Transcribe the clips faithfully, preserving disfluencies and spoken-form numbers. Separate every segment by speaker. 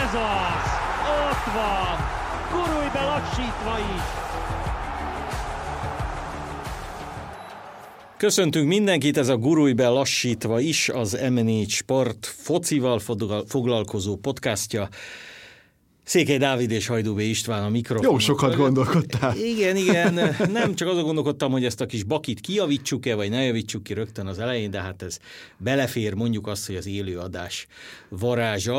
Speaker 1: Ez az! Ott van! Gurulj be lassítva is!
Speaker 2: Köszöntünk mindenkit, ez a Gurulj be lassítva is, az em négy Sport focival foglalkozó podcastja. Székely Dávid és Hajdú B. István a mikrofon.
Speaker 3: Jó sokat gondolkodtál.
Speaker 2: Igen, igen. Nem csak azon gondolkodtam, hogy ezt a kis bakit kijavítsuk-e, vagy ne javítsuk ki rögtön az elején, de hát ez belefér, mondjuk azt, hogy az élőadás varázsa.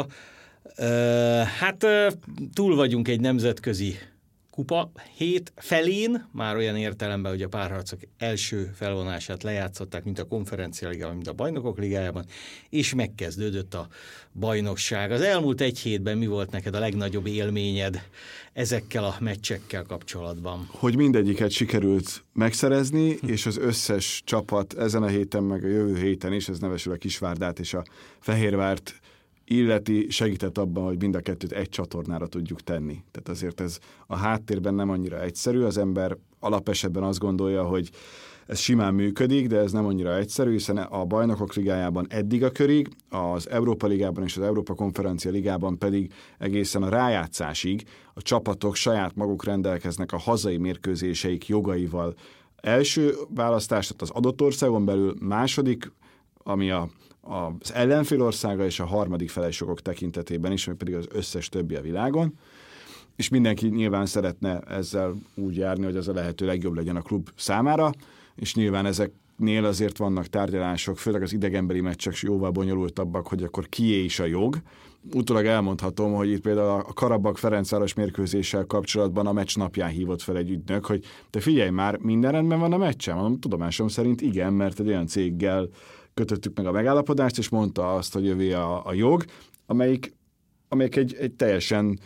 Speaker 2: Hát túl vagyunk egy nemzetközi kupa hét felén, már olyan értelemben, hogy a párharcok első felvonását lejátszották, mint a Konferencia Ligában, mint a Bajnokok Ligájában, és megkezdődött a bajnokság. Az elmúlt egy hétben mi volt neked a legnagyobb élményed ezekkel a meccsekkel kapcsolatban?
Speaker 3: Hogy mindegyiket sikerült megszerezni, és az összes csapat ezen a héten, meg a jövő héten is, ez nevesül a Kisvárdát és a Fehérvárt illeti, segített abban, hogy mind a kettőt egy csatornára tudjuk tenni. Tehát azért ez a háttérben nem annyira egyszerű, az ember alapesetben azt gondolja, hogy ez simán működik, de ez nem annyira egyszerű, hiszen a Bajnokok Ligájában eddig a körig, az Európa Ligában és az Európa Konferencia Ligában pedig egészen a rájátszásig a csapatok saját maguk rendelkeznek a hazai mérkőzéseik jogaival. Első választás, tehát az adott országon belül, második, ami a az ellenfél országa, és a harmadik feles jogok tekintetében is, ami pedig az összes többi a világon, és mindenki nyilván szeretne ezzel úgy járni, hogy az a lehető legjobb legyen a klub számára, és nyilván ezeknél azért vannak tárgyalások, főleg az idegenbeli meccsek jóval bonyolultabbak, hogy akkor kié is a jog. Utólag elmondhatom, hogy itt például a Karabag-Ferencváros mérkőzéssel kapcsolatban a meccs napján hívott fel egy ügynök, hogy te figyelj már, minden rendben van a meccsen? Mondom, tudomásom szerint igen, mert egy olyan céggel kötöttük meg a megállapodást, és mondta azt, hogy övé a, a jog, amelyik, amelyik egy, egy teljesen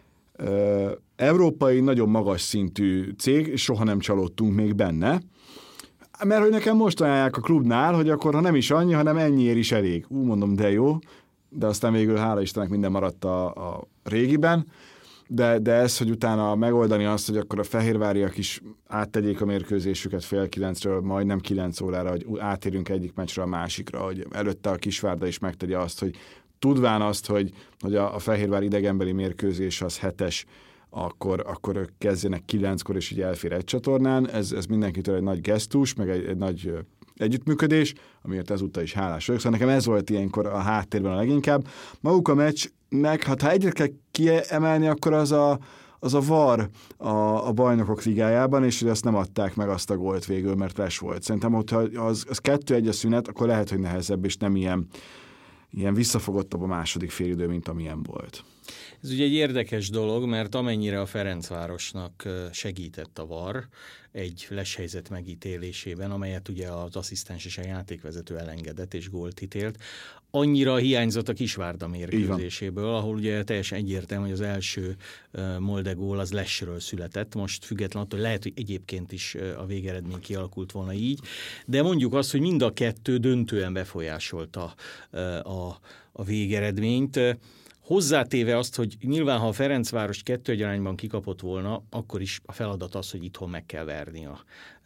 Speaker 3: ö, európai, nagyon magas szintű cég, és soha nem csalódtunk még benne. Mert hogy nekem most ajánlják a klubnál, hogy akkor ha nem is annyi, hanem ennyiért is elég. Ú, mondom, de jó, de aztán végül hála Istennek minden maradt a, a régiben. De, de ez, hogy utána megoldani azt, hogy akkor a fehérváriak is áttegyék a mérkőzésüket fél kilencről, majdnem kilenc órára, hogy átérjünk egyik meccsre a másikra, hogy előtte a Kisvárda is megtegye azt, hogy tudván azt, hogy, hogy a, a Fehérvár idegenbeli mérkőzés az hetes, akkor, akkor ők kezdjenek kilenckor, és így elfér egy csatornán. Ez, ez mindenkitől egy nagy gesztus, meg egy, egy nagy együttműködés, amiért ezúttal is hálás vagyok. Szóval nekem ez volt ilyenkor a háttérben a leginkább. Maguk a meccsnek, hát ha egyet kell kiemelni, akkor az a, az a var a, a Bajnokok Ligájában, és hogy azt nem adták meg azt a gólt végül, mert les volt. Szerintem, hogyha az, az kettő egy a szünet, akkor lehet, hogy nehezebb, és nem ilyen, ilyen visszafogottabb a második félidő, mint amilyen volt.
Speaker 2: Ez ugye egy érdekes dolog, mert amennyire a Ferencvárosnak segített a var egy leshelyzet megítélésében, amelyet ugye az asszisztens és a játékvezető elengedett és gólt ítélt, annyira hiányzott a Kisvárda mérkőzéséből, ahol ugye teljesen egyértelmű, hogy az első Molde gól az lesről született, most független attól, lehet, hogy egyébként is a végeredmény kialakult volna így, de mondjuk azt, hogy mind a kettő döntően befolyásolta a, a végeredményt. Hozzátéve azt, hogy nyilván, ha a Ferencváros kettő egy arányban kikapott volna, akkor is a feladat az, hogy itthon meg kell verni a,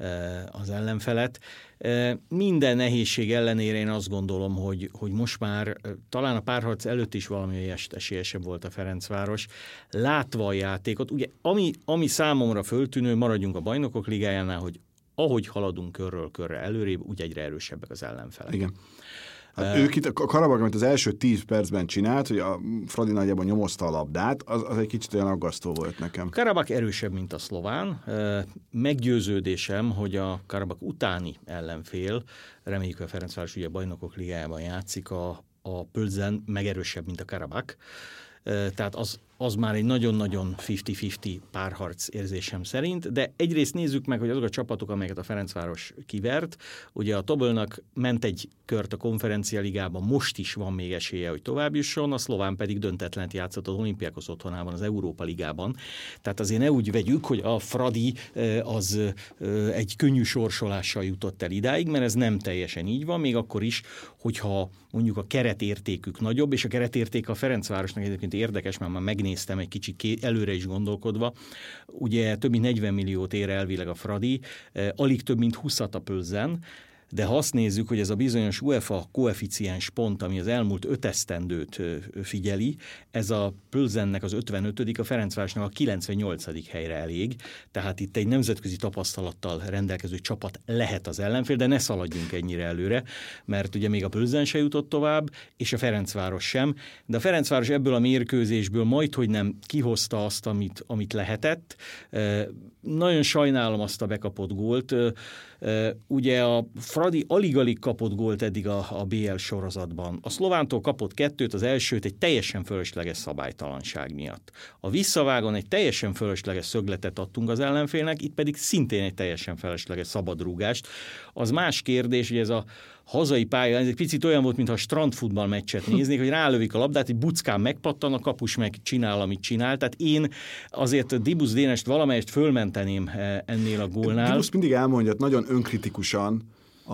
Speaker 2: az ellenfelet. Minden nehézség ellenére én azt gondolom, hogy, hogy most már talán a párharc előtt is valami esélyesebb volt a Ferencváros. Látva a játékot, ugye ami, ami számomra föltűnő, maradjunk a Bajnokok Ligájánál, hogy ahogy haladunk körről körre előrébb, úgy egyre erősebbek az ellenfelek.
Speaker 3: Igen. Hát uh, ők itt, a Karabag, amit az első tíz percben csinált, hogy a Fradi nagyjából nyomozta a labdát, az, az egy kicsit olyan aggasztó volt nekem.
Speaker 2: Karabag erősebb, mint a szlován. Meggyőződésem, hogy a Karabag utáni ellenfél, reméljük, hogy a Ferencváros ugye a Bajnokok Ligájában játszik, a, a Plzen megerősebb, mint a Karabag. Tehát az, az már egy nagyon-nagyon fifty-fifty párharc érzésem szerint, de egyrészt nézzük meg, hogy azok a csapatok, amelyeket a Ferencváros kivert, ugye a Tobelnak ment egy kört a Konferencia Ligában, most is van még esélye, hogy tovább jusson, a szlován pedig döntetlent játszott az Olympiakos otthonában, az Európa Ligában. Tehát azért ne úgy vegyük, hogy a Fradi az egy könnyű sorsolással jutott el idáig, mert ez nem teljesen így van, még akkor is, hogyha mondjuk a keretértékük nagyobb, és a keretérték a Ferencvárosnak egyébként érdekes, mert már megnéztem egy kicsit előre is gondolkodva, ugye több mint negyven milliót ér elvileg a Fradi, alig több mint húszat a Plzen, de ha azt nézzük, hogy ez a bizonyos UEFA koeficiens pont, ami az elmúlt öt esztendőt figyeli, ez a Plzennek az ötvenötödik, a Ferencvárosnak a kilencvennyolcadik helyre elég, tehát itt egy nemzetközi tapasztalattal rendelkező csapat lehet az ellenfél, de ne szaladjunk ennyire előre, mert ugye még a Plzen se jutott tovább, és a Ferencváros sem, de a Ferencváros ebből a mérkőzésből majdhogy nem kihozta azt, amit, amit lehetett. Nagyon sajnálom azt a bekapott gólt. Ugye a Fradi alig-alig kapott gólt eddig a, a bé el sorozatban. A szlovántól kapott kettőt, az elsőt egy teljesen fölösleges szabálytalanság miatt. A visszavágon egy teljesen fölösleges szögletet adtunk az ellenfélnek, itt pedig szintén egy teljesen felesleges szabadrúgást. Az más kérdés, hogy ez a hazai pálya, ez egy picit olyan volt, mintha a strandfutball meccset néznék, hogy rálövik a labdát, egy buckán megpattan, a kapus meg csinál, amit csinál. Tehát én azért Dibusz Dénest valamelyest fölmenteném ennél a gólnál.
Speaker 3: Dibusz mindig elmondja nagyon önkritikusan a,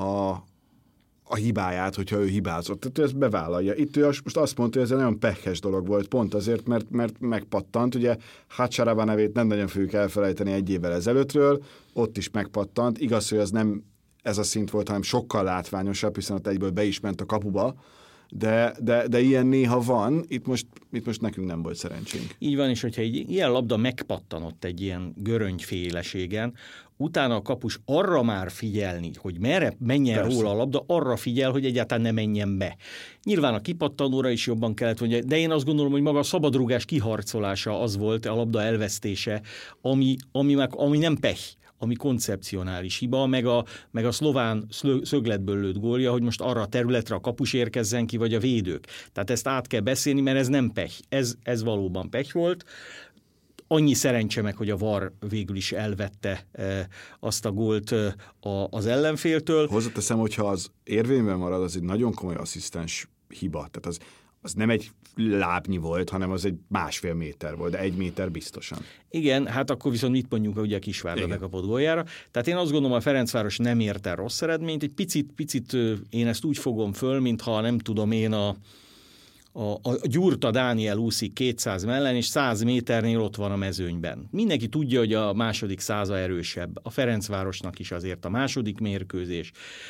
Speaker 3: a hibáját, hogyha ő hibázott. Tehát ő ezt bevállalja. Itt ő most azt mondta, hogy ez egy nagyon pekhes dolog volt, pont azért, mert, mert megpattant. Ugye Hatsaraba nevét nem nagyon fogjuk elfelejteni egy évvel ezelőttről, ott is megpattant. Igaz, hogy az nem ez a szint volt, hanem sokkal látványosabb, hiszen ott egyből be is ment a kapuba, de, de, de ilyen néha van, itt most, itt most nekünk nem volt szerencsénk.
Speaker 2: Így van, és hogyha egy ilyen labda megpattanott egy ilyen göröngyféleségen, utána a kapus arra már figyelni, hogy merre menjen Persze. róla a labda, arra figyel, hogy egyáltalán ne menjen be. Nyilván a kipattanóra is jobban kellett mondani, de én azt gondolom, hogy maga a szabadrúgás kiharcolása az volt, a labda elvesztése, ami, ami, meg, ami nem pech, ami koncepcionális hiba, meg a, meg a szlován szögletből lőtt gólja, hogy most arra a területre a kapus érkezzen ki, vagy a védők. Tehát ezt át kell beszélni, mert ez nem pech. Ez, ez valóban pech volt. Annyi szerencse meg, hogy a VAR végül is elvette e, azt a gólt e, a, az ellenféltől.
Speaker 3: Hozzáteszem, hogyha az érvényben marad, az egy nagyon komoly asszisztens hiba. Tehát az, az nem egy lábnyi volt, hanem az egy másfél méter volt, de egy méter biztosan.
Speaker 2: Igen, hát akkor viszont mit mondjuk ugye a Kisvárda bekapott góljára. Tehát én azt gondolom, a Ferencváros nem ért el rossz eredményt, egy picit, picit én ezt úgy fogom föl, mintha nem tudom én a A, a Gyurta Dániel úszik kétszáz mellen, és száz méternél ott van a mezőnyben. Mindenki tudja, hogy a második száza erősebb. A Ferencvárosnak is azért a második mérkőzés.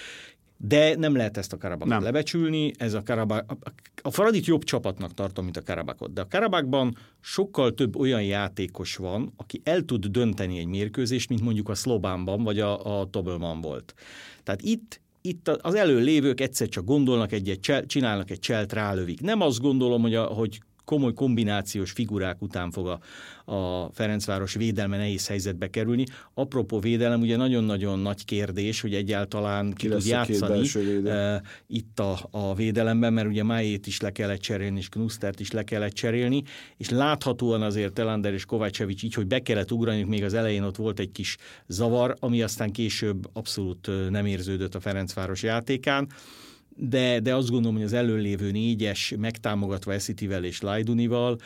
Speaker 2: De nem lehet ezt a Karabakot lebecsülni. Ez a, Karabak, a, a Fradit jobb csapatnak tartom, mint a Karabakot. De a Karabakban sokkal több olyan játékos van, aki el tud dönteni egy mérkőzést, mint mondjuk a Szlobánban, vagy a, a Tobelman volt. Tehát itt Itt az előlévők egyszer csak gondolnak egyet, csinálnak egy cselt, rálövik. Nem azt gondolom, hogy, a, hogy komoly kombinációs figurák után fog a, a Ferencváros védelme nehéz helyzetbe kerülni. Apropó védelem, ugye nagyon-nagyon nagy kérdés, hogy egyáltalán ki, ki tud játszani e, itt a, a védelemben, mert ugye Májét is le kellett cserélni, és Knusztert is le kellett cserélni, és láthatóan azért Telander és Kovácsevics így, hogy be kellett ugrani, még az elején ott volt egy kis zavar, ami aztán később abszolút nem érződött a Ferencváros játékán. De, de azt gondolom, hogy az előlévő négyes megtámogatva Eszitivel és Lajdunival,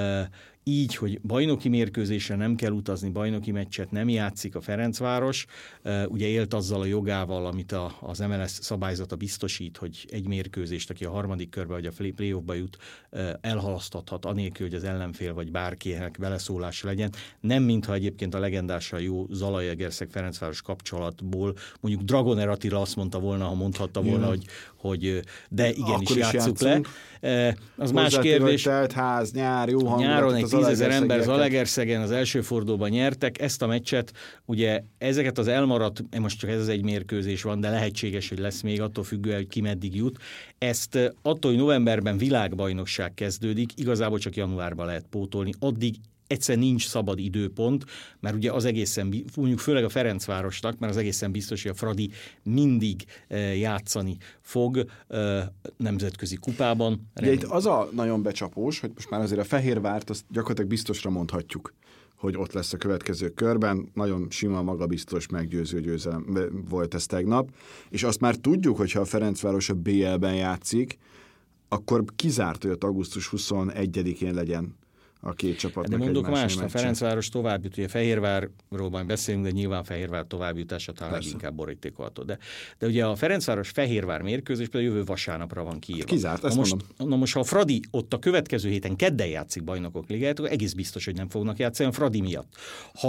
Speaker 2: így, hogy bajnoki mérkőzésre nem kell utazni, bajnoki meccset nem játszik a Ferencváros, ugye élt azzal a jogával, amit a, az em el es szabályzata biztosít, hogy egy mérkőzést, aki a harmadik körbe vagy a play-offba jut, elhalasztathat anélkül, hogy az ellenfél vagy bárkinek beleszólása legyen. Nem mintha egyébként a legendásan jó Zalaegerszeg-Ferencváros kapcsolatból mondjuk Dragoner Attila azt mondta volna, ha mondhatta volna, hogy, hogy de igenis játsszuk le. Az más kérdés.
Speaker 3: Telt ház, nyár, jó hangulat.
Speaker 2: Nyáron egy tízezer ember Zalaegerszegen az első fordulóban nyertek. Ezt a meccset, ugye ezeket az elmaradt, most csak ez az egy mérkőzés van, de lehetséges, hogy lesz még attól függően, hogy ki meddig jut. Ezt attól, hogy novemberben világbajnokság kezdődik, igazából csak januárban lehet pótolni. Addig egyszer nincs szabad időpont, mert ugye az egészen, mondjuk főleg a Ferencvárosnak, mert az egészen biztos, hogy a Fradi mindig játszani fog nemzetközi kupában.
Speaker 3: Ugye itt az a nagyon becsapós, hogy most már azért a Fehérvárt azt gyakorlatilag biztosra mondhatjuk, hogy ott lesz a következő körben. Nagyon sima, magabiztos, meggyőző győzelem volt ez tegnap. És azt már tudjuk, hogyha a Ferencváros a bé el-ben játszik, akkor kizárt, hogy ott augusztus huszonegyedikén legyen a két csapatnak.
Speaker 2: De mondok mást, a Ferencváros tovább jut, ugye Fehérvárról majd beszélünk, de nyilván Fehérvár továbbjutása talán Persze. leginkább borítékolható. De, de ugye a Ferencváros Fehérvár mérkőzés például jövő vasárnapra van kiírva.
Speaker 3: Kizárt, ezt
Speaker 2: na most,
Speaker 3: mondom.
Speaker 2: Na most, ha a Fradi ott a következő héten kedden játszik Bajnokok Ligáját, akkor egész biztos, hogy nem fognak játszani a Fradi miatt. Ha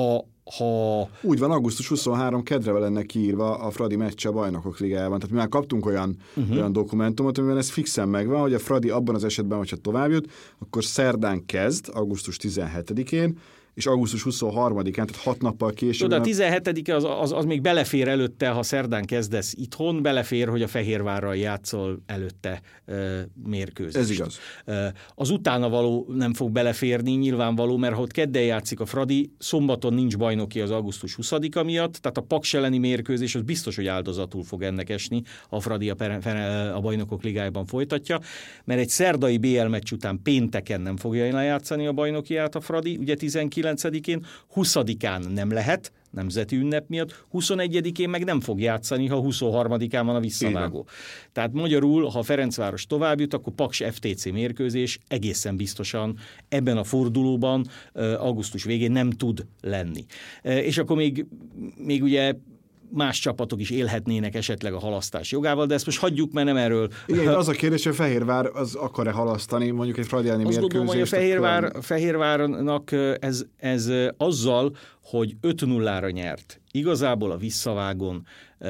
Speaker 2: ha...
Speaker 3: Úgy van, augusztus huszonharmadika kedre lenne kiírva a Fradi meccse a Bajnokok Ligájában. Tehát mi már kaptunk olyan, uh-huh. olyan dokumentumot, amiben ez fixen megvan, hogy a Fradi abban az esetben, hogyha tovább jut, akkor szerdán kezd, augusztus tizenhetedikén, és augusztus huszonharmadikán, tehát hat nappal később.
Speaker 2: Tudod, a tizenhetedike az, az, az még belefér előtte, ha szerdán kezdesz itthon, belefér, hogy a Fehérvárral játszol előtte e, mérkőzést.
Speaker 3: Ez igaz.
Speaker 2: E, az utána való nem fog beleférni, nyilvánvaló, mert ha ott kedden játszik a Fradi, szombaton nincs bajnoki az augusztus huszadika miatt, tehát a Paks elleni mérkőzés az biztos, hogy áldozatul fog ennek esni, a Fradi a, a Bajnokok Ligájában folytatja, mert egy szerdai bé el meccs után pénteken nem fogja lejátszani a bajnokiát a Fradi, ugye tizenkilencedikén, huszadikán nem lehet, nemzeti ünnep miatt, huszonegyedikén meg nem fog játszani, ha huszonharmadikán van a visszavágó. Tehát magyarul, ha Ferencváros tovább jut, akkor Paks ef té cé mérkőzés egészen biztosan ebben a fordulóban augusztus végén nem tud lenni. És akkor még, még ugye más csapatok is élhetnének esetleg a halasztás jogával, de ezt most hagyjuk, mert nem erről.
Speaker 3: Igen, az a kérdés, hogy a Fehérvár az akar-e halasztani, mondjuk egy fradiáni mérkőzést?
Speaker 2: Azt gondolom, hogy a Fehérvár, Fehérvárnak ez, ez azzal, hogy öt nullára nyert, igazából a visszavágón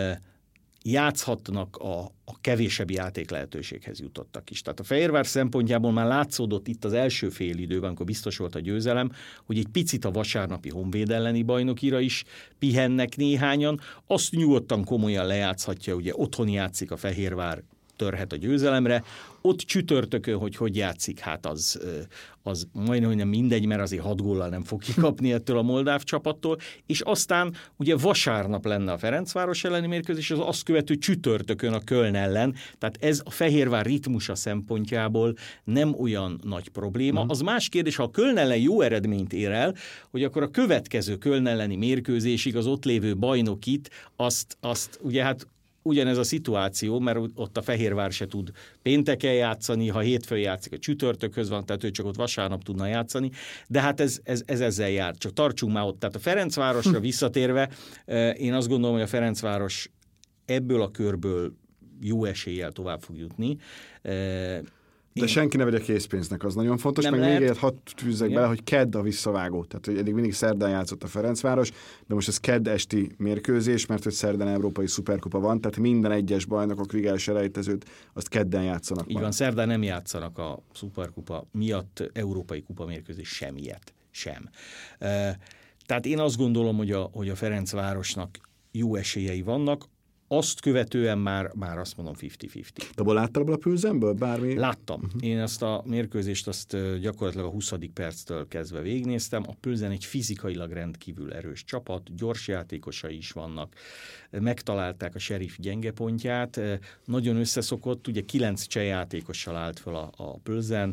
Speaker 2: játszhatnak a, a kevésebb játék lehetőséghez jutottak is. Tehát a Fehérvár szempontjából már látszódott itt az első fél időben, amikor biztos volt a győzelem, hogy egy picit a vasárnapi Honvéd elleni bajnokira is pihennek néhányan. Azt nyugodtan komolyan lejátszhatja, ugye otthon játszik a Fehérvár, törhet a győzelemre. Ott csütörtökön, hogy hogy játszik, hát az, az majdnem nem mindegy, mert azért hat góllal nem fog kikapni ettől a moldáv csapattól, és aztán ugye vasárnap lenne a Ferencváros elleni mérkőzés, az azt követő csütörtökön a Köln ellen, tehát ez a Fehérvár ritmusa szempontjából nem olyan nagy probléma. Az más kérdés, ha a Köln ellen jó eredményt ér el, hogy akkor a következő Köln elleni mérkőzésig az ott lévő bajnokit, azt, azt ugye hát ugyanez a szituáció, mert ott a Fehérvár se tud pénteken játszani, ha hétfőn játszik, a csütörtökhöz van, tehát ő csak ott vasárnap tudna játszani, de hát ez, ez, ez ezzel jár. Csak tartsunk már ott. Tehát a Ferencvárosra visszatérve, én azt gondolom, hogy a Ferencváros ebből a körből jó eséllyel tovább fog jutni.
Speaker 3: De én... senki ne vegye készpénznek, az nagyon fontos, nem meg lehet. Még egyet hadd fűzzek bele, hogy kedd a visszavágó. Tehát, hogy eddig mindig szerdán játszott a Ferencváros, de most ez kedd esti mérkőzés, mert hogy szerdán európai szuperkupa van, tehát minden egyes bajnokok ligás elejtezőt azt kedden játszanak.
Speaker 2: Így van, szerdán nem játszanak a szuperkupa miatt, európai kupa mérkőzés sem ilyet, sem. Tehát én azt gondolom, hogy a, hogy a Ferencvárosnak jó esélyei vannak, azt követően már, már azt mondom fifty-fifty.
Speaker 3: De abból láttál abból a Pülzenből bármi?
Speaker 2: Láttam. Uh-huh. Én ezt a mérkőzést azt gyakorlatilag a huszadik perctől kezdve végignéztem. A Pülzen egy fizikailag rendkívül erős csapat, gyors játékosai is vannak. Megtalálták a Sheriff gyenge pontját. Nagyon összeszokott, ugye kilenc cseh játékossal állt fel a, a Pülzen,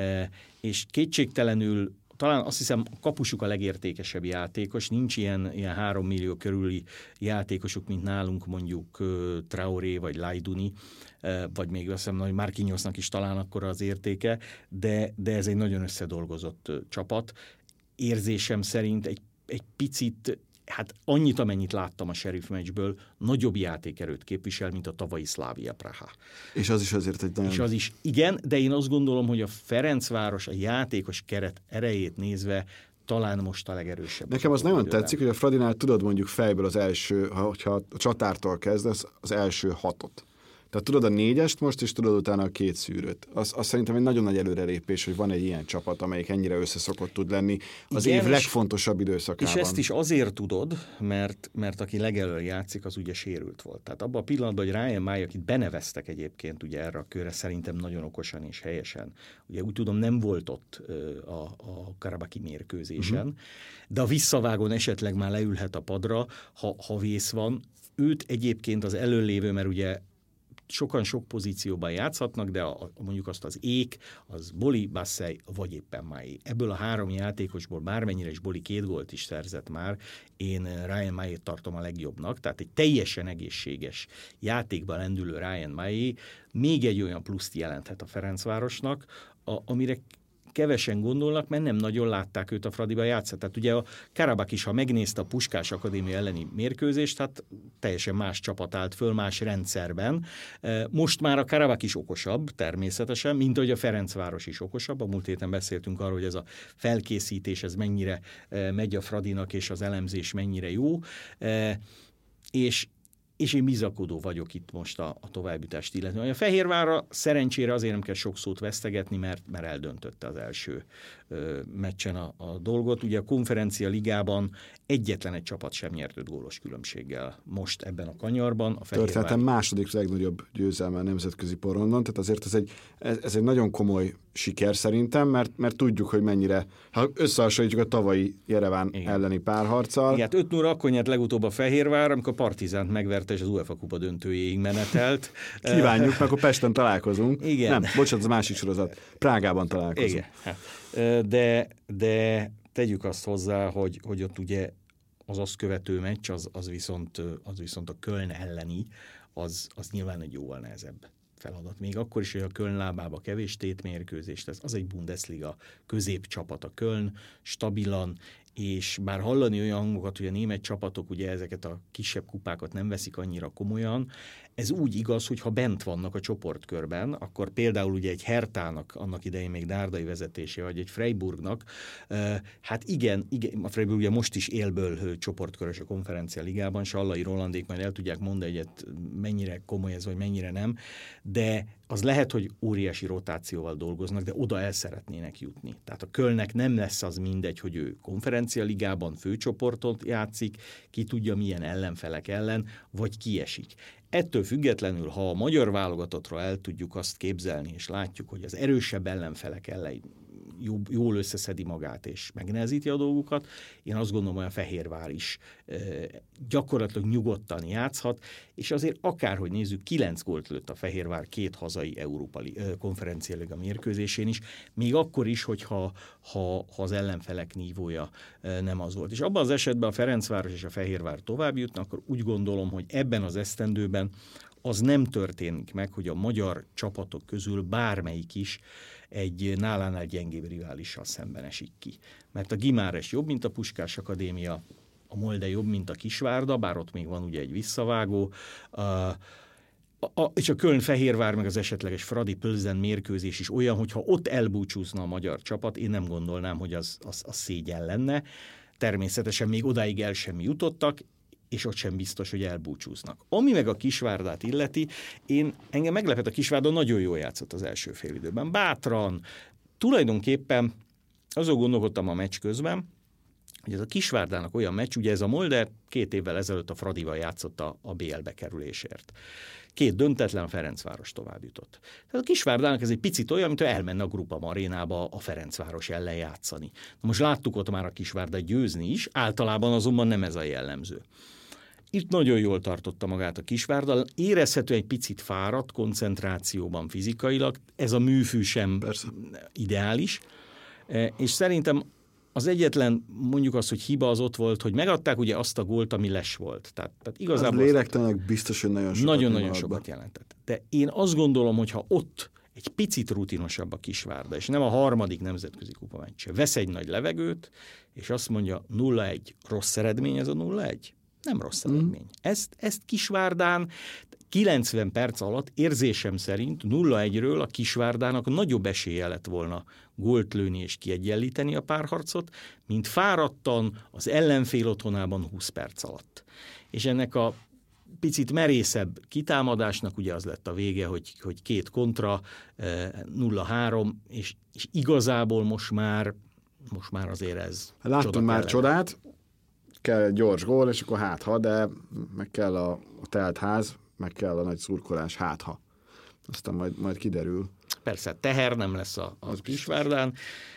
Speaker 2: és kétségtelenül talán azt hiszem a kapusuk a legértékesebb játékos, nincs ilyen, ilyen három millió körüli játékosuk, mint nálunk mondjuk Traoré vagy Lajduni, vagy még azt hiszem, hogy Marquinhosnak is talán akkor az értéke, de, de ez egy nagyon összedolgozott csapat. Érzésem szerint egy, egy picit, hát annyit, amennyit láttam a Sheriff meccsből, nagyobb játékerőt képvisel, mint a tavalyi Slavia Praha.
Speaker 3: És az is azért egy nagyon...
Speaker 2: És az is, igen, de én azt gondolom, hogy a Ferencváros a játékos keret erejét nézve talán most a legerősebb.
Speaker 3: Nekem az nagyon időben. Tetszik, hogy a Fradinál tudod mondjuk fejből az első, hogyha a csatártól kezdesz, az első hatot. Tehát tudod a négyest most, és tudod utána a két szűrőt. Az, az szerintem egy nagyon nagy előrelépés, hogy van egy ilyen csapat, amelyik ennyire összeszokott tud lenni az igen, év legfontosabb időszakában.
Speaker 2: És ezt is azért tudod, mert, mert aki legelől játszik, az ugye sérült volt. Tehát abban a pillanatban, hogy Ryan May, akit beneveztek egyébként ugye erre a körre, szerintem nagyon okosan és helyesen. Ugye úgy tudom, nem volt ott a, a Karabaki mérkőzésen, uh-huh. de a visszavágón esetleg már leülhet a padra, ha, ha vész van. Őt egyébként az előlévő, mert ugye sokan sok pozícióban játszhatnak, de a, mondjuk azt az Ék, az Boli, Basszej, vagy éppen Mai. Ebből a három játékosból bármennyire is Boli két gólt is szerzett már, én Ryan Mai-t tartom a legjobbnak, tehát egy teljesen egészséges játékban lendülő Ryan Mai még egy olyan pluszt jelenthet a Ferencvárosnak, a, amire kevesen gondolnak, mert nem nagyon látták őt a Fradiba játszani. Tehát ugye a Karabakh is, ha megnézte a Puskás Akadémia elleni mérkőzést, hát teljesen más csapat állt föl, más rendszerben. Most már a Karabakh is okosabb, természetesen, mint ahogy a Ferencváros is okosabb. A múlt héten beszéltünk arról, hogy ez a felkészítés, ez mennyire megy a Fradinak, és az elemzés mennyire jó. És És én bizakodó vagyok itt most a, a továbbjutást illetően. A Fehérvárra szerencsére azért nem kell sok szót vesztegetni, mert, mert eldöntötte az első ö, meccsen a, a dolgot. Ugye a Konferencia Ligában egyetlen egy csapat sem nyert öt gólos különbséggel most ebben a kanyarban. A Fehérvár...
Speaker 3: Történetem második legnagyobb győzelme a nemzetközi porondon, tehát azért ez egy, ez, ez egy nagyon komoly siker szerintem, mert, mert tudjuk, hogy mennyire, ha összehasonlítjuk a tavalyi Jereván Igen. elleni párharccal.
Speaker 2: Igen, hát öt nulla akkor nyert legutóbb a Fehérvár, amikor a Partizánt megverte, és az UEFA kupa döntőjéig menetelt.
Speaker 3: Kívánjuk, mert akkor Pesten találkozunk.
Speaker 2: Igen.
Speaker 3: Nem, bocsánat, az másik sorozat. Prágában találkozunk.
Speaker 2: Igen. Hát, de, de tegyük azt hozzá, hogy, hogy ott ugye az azt követő meccs, az, az, viszont, az viszont a Köln elleni, az, az nyilván egy jóval nehezebb feladat. Még akkor is, hogy a Köln lábába kevés tétmérkőzést, ez az egy Bundesliga középcsapat a Köln, stabilan, és bár hallani olyan hangokat, hogy a német csapatok ugye ezeket a kisebb kupákat nem veszik annyira komolyan, ez úgy igaz, hogy ha bent vannak a csoportkörben, akkor például ugye egy Hertának, annak idején még Dárdai vezetése, vagy egy Freiburgnak, hát igen, igen, a Freiburg ugye most is élből csoportkörös a Konferencia Ligában, Sallai Rolandék majd el tudják mondani, hogy mennyire komoly ez, vagy mennyire nem, de az lehet, hogy óriási rotációval dolgoznak, de oda el szeretnének jutni. Tehát a Kölnnek nem lesz az mindegy, hogy ő Konferencia Ligában főcsoportot játszik, ki tudja milyen ellenfelek ellen, vagy kiesik. Ettől függetlenül, ha a magyar válogatottról el tudjuk azt képzelni, és látjuk, hogy az erősebb ellenfelek ellen jól összeszedi magát, és megnehezíti a dolgukat, én azt gondolom, hogy a Fehérvár is e, gyakorlatilag nyugodtan játszhat, és azért akárhogy nézzük, kilenc gólt lőtt a Fehérvár két hazai Európa Konferencia Liga mérkőzésén is, még akkor is, hogyha ha, ha az ellenfelek nívója e, nem az volt. És abban az esetben a Ferencváros és a Fehérvár tovább jutnak, akkor úgy gondolom, hogy ebben az esztendőben az nem történik meg, hogy a magyar csapatok közül bármelyik is egy nálánál gyengébb riválissal szemben esik ki. Mert a Gimáres jobb, mint a Puskás Akadémia, a Molde jobb, mint a Kisvárda, bár ott még van ugye egy visszavágó, a, a, és a Köln-Fehérvár meg az esetleges Fradi-Plzen mérkőzés is olyan, hogyha ott elbúcsúzna a magyar csapat, én nem gondolnám, hogy az, az, az szégyen lenne. Természetesen még odáig el sem jutottak, és ott sem biztos, hogy elbúcsúznak. Ami meg a Kisvárdát illeti, én engem meglepett, a Kisvárda nagyon jól játszott az első félidőben. Bátran, tulajdonképpen azon gondolkodtam a meccs közben, hogy ez a Kisvárdának olyan meccs, ugye ez a Molde két évvel ezelőtt a Fradival játszott a, a bé el-be kerülésért. Két döntetlen, Ferencváros tovább jutott. Tehát a Kisvárdának ez egy picit olyan, mint hogy elmenne a Grupam arénába a Ferencváros ellen játszani. Na most láttuk ott már a Kisvárda győzni is, általában azonban nem ez a jellemző. Itt nagyon jól tartotta magát a Kisvárda, érezhető egy picit fáradt koncentrációban fizikailag, ez a műfű sem Persze. ideális, és szerintem az egyetlen, mondjuk azt, hogy hiba az ott volt, hogy megadták ugye azt a gólt, ami les volt. Tehát, tehát igazából...
Speaker 3: Az lélektelenek biztos, hogy nagyon sokat
Speaker 2: Nagyon-nagyon sokat jelentett. De én azt gondolom, hogy ha ott egy picit rutinosabb a Kisvárda, és nem a harmadik nemzetközi kupa meccse, vesz egy nagy levegőt, és azt mondja nulla egy, rossz eredmény ez a nulla egy? Nem rossz eredmény. Mm. Ezt, ezt Kisvárdán kilencven perc alatt érzésem szerint nulla egyről a Kisvárdának nagyobb esélye lett volna gólt lőni és kiegyenlíteni a párharcot, mint fáradtan az ellenfél otthonában húsz perc alatt. És ennek a picit merészebb kitámadásnak ugye az lett a vége, hogy, hogy két kontra, nulla három, és, és igazából most már, most már azért ez
Speaker 3: Láttunk már csodát, kell egy gyors gól, és akkor hátha, de meg kell a, a telt ház, meg kell a nagy szurkolás hátha. Aztán majd, majd kiderül.
Speaker 2: Persze, teher nem lesz a, a Kisvárdán.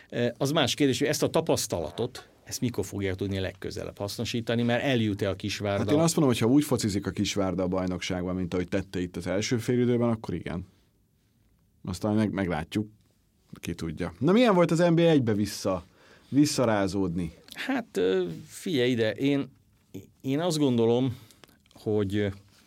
Speaker 2: Az más kérdés, hogy ezt a tapasztalatot, ezt mikor fogják tudni legközelebb hasznosítani, mert eljut-e a Kisvárda?
Speaker 3: Hát én azt mondom, hogy ha úgy focizik a Kisvárda a bajnokságban, mint ahogy tette itt az első félidőben, akkor igen. Aztán meg, meglátjuk, ki tudja. Na milyen volt az en bé egybe vissza, visszarázódni?
Speaker 2: Hát figyelj ide, én, én azt gondolom, hogy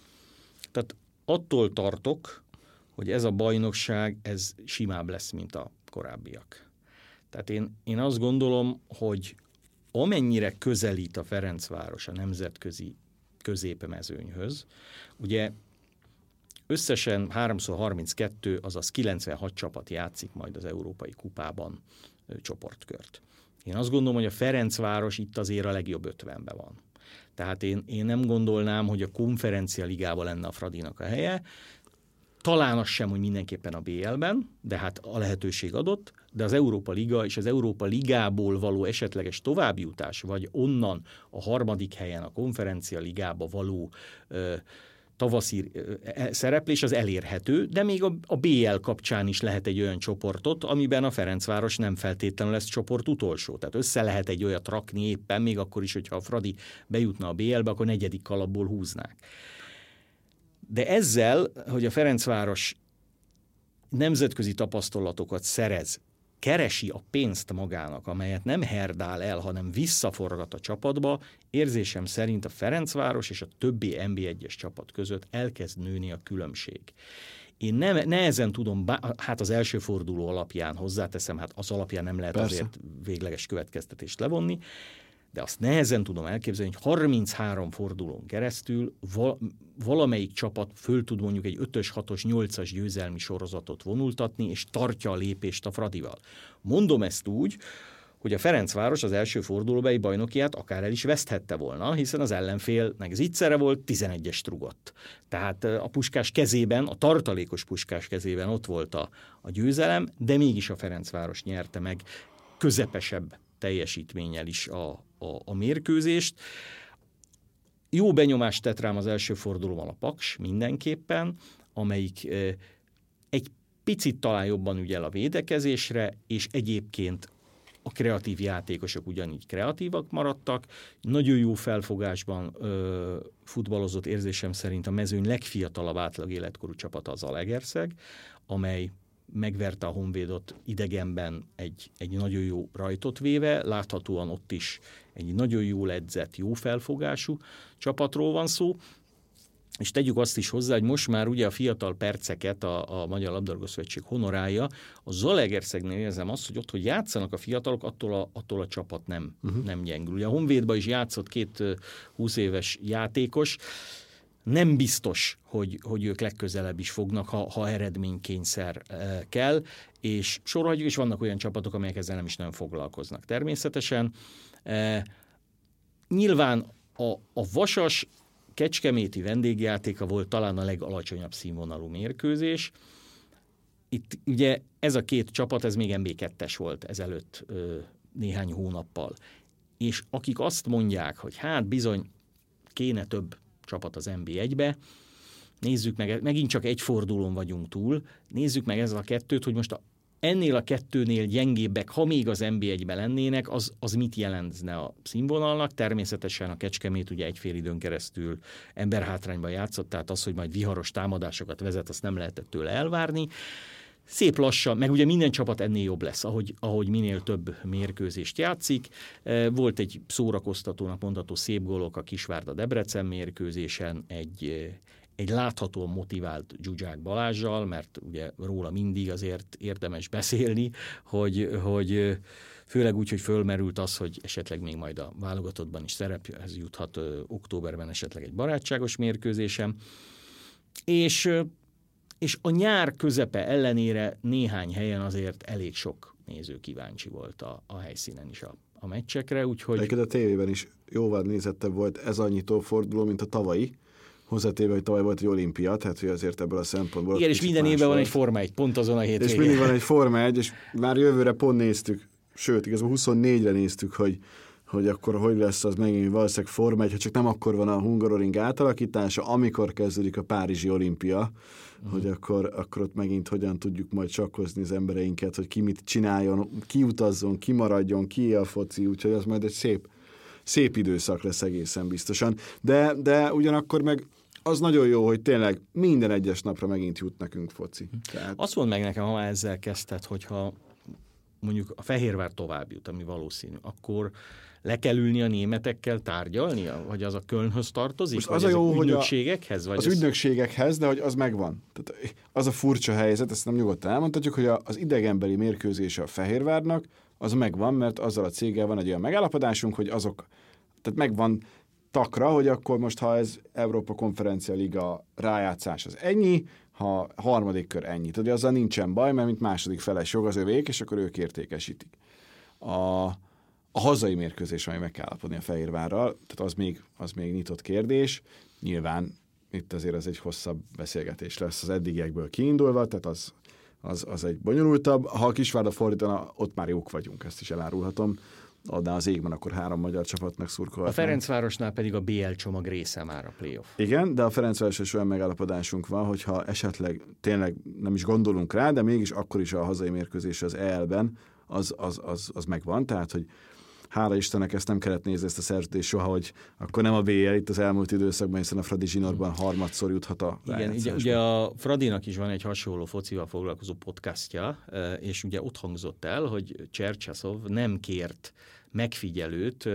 Speaker 2: tehát attól tartok, hogy ez a bajnokság, ez simább lesz, mint a korábbiak. Tehát én, én azt gondolom, hogy amennyire közelít a Ferencváros a nemzetközi középmezőnyhöz, ugye összesen háromszor harminckettő, azaz kilencvenhat csapat játszik majd az Európai Kupában csoportkört. Én azt gondolom, hogy a Ferencváros itt azért a legjobb ötvenben van. Tehát én, én nem gondolnám, hogy a Konferencia Ligában lenne a Fradinak a helye. Talán az sem, hogy mindenképpen a bé el-ben, de hát a lehetőség adott, de az Európa Liga és az Európa Ligából való esetleges továbbjutás, vagy onnan a harmadik helyen a Konferencia Ligába való ö, tavaszi szereplés az elérhető, de még a, a bé el kapcsán is lehet egy olyan csoportot, amiben a Ferencváros nem feltétlenül lesz csoport utolsó. Tehát össze lehet egy olyat rakni éppen, még akkor is, hogyha a Fradi bejutna a bé el-be, akkor negyedik kalapból húznák. De ezzel, hogy a Ferencváros nemzetközi tapasztalatokat szerez, keresi a pénzt magának, amelyet nem herdál el, hanem visszaforgat a csapatba, érzésem szerint a Ferencváros és a többi en bé egyes csapat között elkezd nőni a különbség. Én nem, nehezen tudom, hát az első forduló alapján hozzáteszem, hát az alapján nem lehet Persze. azért végleges következtetést levonni, de azt nehezen tudom elképzelni, hogy harminchárom fordulón keresztül val- valamelyik csapat föl tud mondjuk egy ötös, hatos, nyolcas győzelmi sorozatot vonultatni, és tartja a lépést a Fradival. Mondom ezt úgy, hogy a Ferencváros az első fordulóbeli bajnokiát akár el is veszthette volna, hiszen az ellenfélnek zicsere volt, tizenegyest rugott. Tehát a Puskás kezében, a tartalékos Puskás kezében ott volt a, a győzelem, de mégis a Ferencváros nyerte meg közepesebb teljesítménnyel is a, a, a mérkőzést. Jó benyomást tett rám az első fordulóban a Paks mindenképpen, amelyik e, egy picit talán jobban ügyel a védekezésre, és egyébként a kreatív játékosok ugyanígy kreatívak maradtak. Nagyon jó felfogásban ö, futballozott érzésem szerint a mezőny legfiatalabb átlag életkorú csapata az Zalaegerszeg, amely megverte a Honvédot idegenben egy, egy nagyon jó rajtot véve, láthatóan ott is egy nagyon jól edzett, jó felfogású csapatról van szó, és tegyük azt is hozzá, hogy most már ugye a fiatal perceket a, a Magyar Labdarúgó-szövetség honorálja. A Zalaegerszegnél érzem azt, hogy ott, hogy játszanak a fiatalok, attól a, attól a csapat nem, uh-huh. nem gyengül. Ugye a Honvédban is játszott két húsz éves játékos, nem biztos, hogy, hogy ők legközelebb is fognak, ha, ha eredménykényszer e, kell, és sorolhatjuk, és vannak olyan csapatok, amelyek ezzel nem is nagyon foglalkoznak. Természetesen e, nyilván a, a Vasas kecskeméti vendégjátéka volt talán a legalacsonyabb színvonalú mérkőzés. Itt ugye ez a két csapat, ez még en bé kettes volt ezelőtt ö, néhány hónappal. És akik azt mondják, hogy hát bizony kéne több csapat az en bé egybe, nézzük meg, megint csak egy fordulón vagyunk túl, nézzük meg ezzel a kettőt, hogy most a, ennél a kettőnél gyengébbek, ha még az en bé egyben lennének, az, az mit jelentne a színvonalnak? Természetesen a Kecskemét ugye egy fél időn keresztül emberhátrányban játszott, tehát az, hogy majd viharos támadásokat vezet, azt nem lehetett tőle elvárni. Szép lassan, meg ugye minden csapat ennél jobb lesz, ahogy, ahogy minél több mérkőzést játszik. Volt egy szórakoztatónak mondható szép gólok a Kisvárda-Debrecen mérkőzésen, egy, egy láthatóan motivált Zsuzsák Balázssal, mert ugye róla mindig azért érdemes beszélni, hogy, hogy főleg úgy, hogy fölmerült az, hogy esetleg még majd a válogatottban is szerephez juthat októberben esetleg egy barátságos mérkőzésem. És És a nyár közepe ellenére néhány helyen azért elég sok néző kíváncsi volt a, a helyszínen is a, a meccsekre, úgyhogy...
Speaker 3: Egyébként a tévében is jóval nézettebb volt ez a nyitóforduló, mint a tavalyi. Hozzátéve, hogy tavaly volt egy olimpia, tehát hogy azért ebből a szempontból...
Speaker 2: Igen, és minden évben van egy Forma egy, pont azon a hétvégén.
Speaker 3: És mindig van egy Forma egy, és már jövőre pont néztük, sőt, igazából huszonnégyre néztük, hogy hogy akkor hogy lesz az megint valószínűleg Forma egy, ha csak nem akkor van a Hungaroring átalakítása, amikor kezdődik a Párizsi olimpia, uh-huh. hogy akkor, akkor ott megint hogyan tudjuk majd sakkozni az embereinket, hogy ki mit csináljon, ki utazzon, ki maradjon, ki a foci, úgyhogy az majd egy szép, szép időszak lesz egészen biztosan. De, de ugyanakkor meg az nagyon jó, hogy tényleg minden egyes napra megint jut nekünk foci. Tehát...
Speaker 2: Azt mondd meg nekem, ha ezzel kezdted, hogyha mondjuk a Fehérvár tovább jut, ami valószínű, akkor le kell ülni a németekkel tárgyalni, vagy az a Kölnhöz tartozik?
Speaker 3: Most
Speaker 2: vagy
Speaker 3: az a jó,
Speaker 2: ügynökségekhez? Vagy
Speaker 3: az ez... ügynökségekhez, de hogy az megvan. Tehát az a furcsa helyzet, ezt nem nyugodtan elmondhatjuk, hogy az idegenbeli mérkőzése a Fehérvárnak, az megvan, mert azzal a céggel van egy olyan megállapodásunk, hogy azok, tehát megvan takra, hogy akkor most, ha ez Európa Konferencia Liga rájátszás, az ennyi, ha harmadik kör ennyi. Ugye azzal nincsen baj, mert mint második feles jog az övék, és akkor ők értékesítik. A, a hazai mérkőzés, ami meg kell állapodni a Fehérvárral, tehát az még, az még nyitott kérdés. Nyilván itt azért az egy hosszabb beszélgetés lesz az eddigiekből kiindulva, tehát az, az, az egy bonyolultabb. Ha a Kisvárda fordítana, ott már jók vagyunk, ezt is elárulhatom. Adná az égben, akkor három magyar csapatnak szurkolhatnánk.
Speaker 2: A Ferencvárosnál pedig a bé el csomag része már a playoff.
Speaker 3: Igen, de a Ferencvárosos olyan megállapodásunk van, hogyha esetleg tényleg nem is gondolunk rá, de mégis akkor is a hazai mérkőzés az é el-ben, az, az, az, az megvan, tehát hogy hála Istennek ezt nem kellett nézni ezt a szerződést soha, hogy akkor nem a bé el itt az elmúlt időszakban, hiszen a Fradi zsinórban harmadszor juthat a
Speaker 2: Igen, ugye, ugye a Fradinak is van egy hasonló focival foglalkozó podcastja, és ugye ott hangzott el, hogy Csercsaszov nem kért megfigyelőt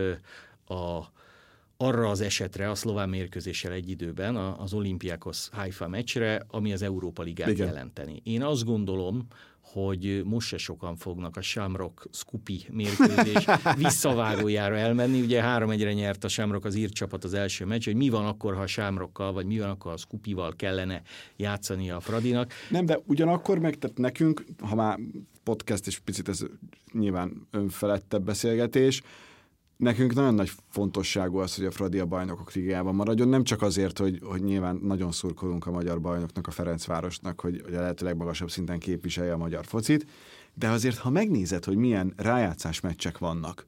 Speaker 2: a, arra az esetre a szlován mérkőzéssel egy időben az Olympiakos Haifa meccsre, ami az Európa Ligát Igen. jelenteni. Én azt gondolom, hogy most se sokan fognak a Shamrock Scupi mérkőzés visszavágójára elmenni. Ugye három egyre nyert a Shamrock az ír csapat az első meccs, hogy mi van akkor, ha a Shamrockkal, vagy mi van akkor, ha a Scupival kellene játszani a Fradinak.
Speaker 3: Nem, de ugyanakkor meg, tehát nekünk, ha már podcast, és picit ez nyilván önfelettebb beszélgetés, nekünk nagyon nagy fontosságú az, hogy a Fradi a Bajnokok Ligájában maradjon, nem csak azért, hogy, hogy nyilván nagyon szurkolunk a magyar bajnoknak, a Ferencvárosnak, hogy, hogy a lehető legmagasabb szinten képviselje a magyar focit, de azért, ha megnézed, hogy milyen rájátszás meccsek vannak,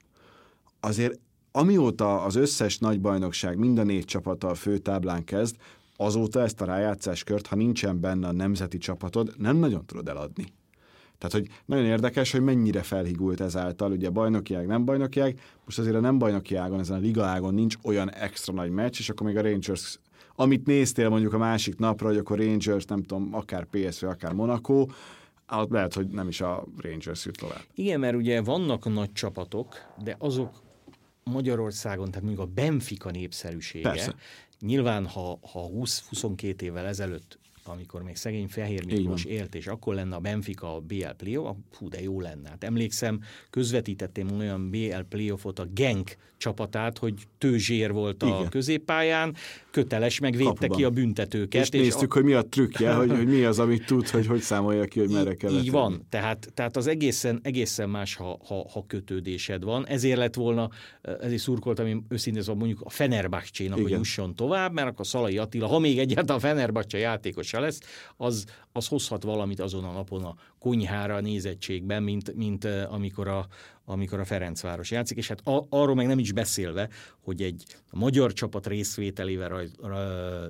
Speaker 3: azért amióta az összes nagy bajnokság mind a négy csapata a főtáblán kezd, azóta ezt a rájátszáskört, ha nincsen benne a nemzeti csapatod, nem nagyon tudod eladni. Tehát, hogy nagyon érdekes, hogy mennyire felhigult ezáltal, ugye bajnoki ág, nem bajnoki ág, most azért a nem bajnoki ágon, ezen a liga ágon nincs olyan extra nagy meccs, és akkor még a Rangers, amit néztél mondjuk a másik napra, hogy akkor Rangers, nem tudom, akár pé es vé, akár Monaco, ott lehet, hogy nem is a Rangers jut tovább.
Speaker 2: Igen, mert ugye vannak nagy csapatok, de azok Magyarországon, tehát mondjuk a Benfica népszerűsége, Persze. nyilván ha, ha húsz-huszonkettő évvel ezelőtt, amikor még szegény Fehér Miklós élt, és akkor lenne a Benfica a bé el playoff, hú, de jó lenne. Hát emlékszem, közvetítettem olyan bé el playoffot a Genk csapatát, hogy Tőzsér volt a Igen. középpályán, köteles, meg védte ki a büntetőket.
Speaker 3: És, és néztük, a... hogy mi a trükkje, hogy, hogy mi az, amit tud, hogy hogy számolja ki, hogy merre kell.
Speaker 2: Így van, tehát, tehát az egészen, egészen más, ha, ha, ha kötődésed van. Ezért lett volna, ezért szurkoltam én őszintén, szóval mondjuk a Fenerbahcsénak, hogy jusson tovább, mert akkor Szalai Attila, ha még egyáltalán a Fenerbahcse játékosa lesz, az, az hozhat valamit azon a napon a konyhára, a nézettségben, mint, mint amikor a amikor a Ferencváros játszik, és hát a, arról meg nem is beszélve, hogy egy a magyar csapat részvételével raj, raj,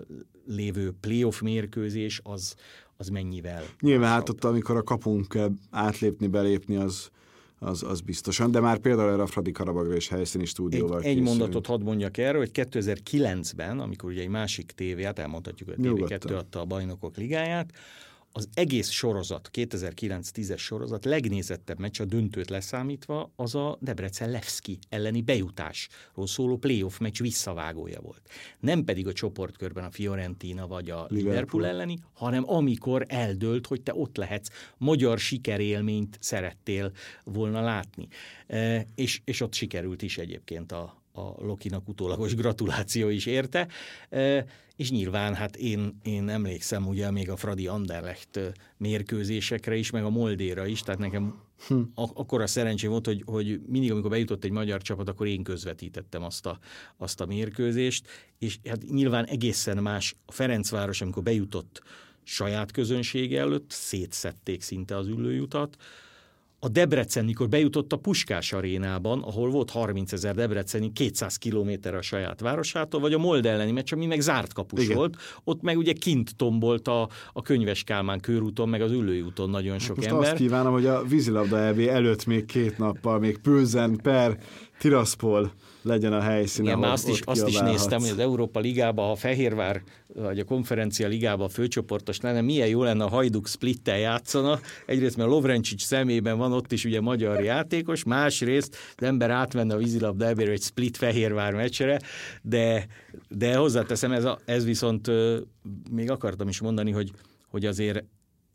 Speaker 2: lévő playoff mérkőzés, az, az mennyivel.
Speaker 3: Nyilván hát ott, amikor a kapunk kell átlépni, belépni, az, az, az biztosan, de már például erre a Fradi Karabagra és helyszíni stúdióval
Speaker 2: Egy, egy mondatot hadd mondjak erről, hogy kétezer-kilencben, amikor ugye egy másik tévé, hát elmondhatjuk, hogy a té vé kettő adta a Bajnokok Ligáját, az egész sorozat, kétezer-kilenc tízes sorozat legnézettebb meccs, a döntőt leszámítva, az a Debrecen-Levski elleni bejutásról szóló playoff meccs visszavágója volt. Nem pedig a csoportkörben a Fiorentina vagy a Liverpool, Liverpool elleni, hanem amikor eldőlt, hogy te ott lehetsz, magyar sikerélményt szerettél volna látni. E, és, és ott sikerült is egyébként a a Lokinak utólagos gratuláció is érte, e, és nyilván hát én, én emlékszem ugye még a Fradi Anderlecht mérkőzésekre is, meg a Moldéra is, tehát nekem hm. ak- akkora szerencsém volt, hogy, hogy mindig, amikor bejutott egy magyar csapat, akkor én közvetítettem azt a, azt a mérkőzést, és hát nyilván egészen más a Ferencváros, amikor bejutott saját közönsége előtt, szétszedték szinte az ülőjutat. A Debrecen, mikor bejutott a Puskás arénában, ahol volt harmincezer debreceni, kétszáz kilométerre a saját városától, vagy a Molde elleni meccs, ami meg zárt kapus Igen. volt, ott meg ugye kint tombolt a, a Könyves Kálmán körúton, meg az Ülőúton nagyon sok
Speaker 3: Most
Speaker 2: ember.
Speaker 3: Most azt kívánom, hogy a vízilabda é bé előtt még két nappal, még Pülzen per Tiraspol legyen a helyszín,
Speaker 2: Igen, azt is, azt is néztem, hogy az Európa Ligában, ha Fehérvár vagy a Konferencia Ligában főcsoportos lenne, milyen jó lenne a Hajduk Splittel játszana. Egyrészt, mert Lovrencsics szemében van ott is ugye magyar játékos, másrészt az ember átmenne a vízilabda é béről egy Split-Fehérvár meccsre, de, de hozzáteszem, ez, a, ez viszont euh, még akartam is mondani, hogy, hogy azért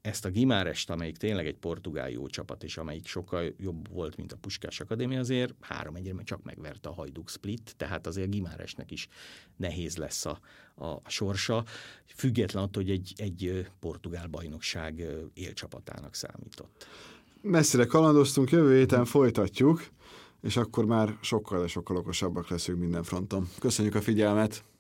Speaker 2: ezt a Guimarãest, amelyik tényleg egy portugál jó csapat, és amelyik sokkal jobb volt, mint a Puskás Akadémia, azért három egyre csak megverte a Hajduk Split, tehát azért Guimarãestnek is nehéz lesz a, a sorsa, független attól, hogy egy, egy portugál bajnokság élcsapatának számított.
Speaker 3: Messzire kalandoztunk, jövő héten folytatjuk, és akkor már sokkal, sokkal okosabbak leszünk minden fronton. Köszönjük a figyelmet!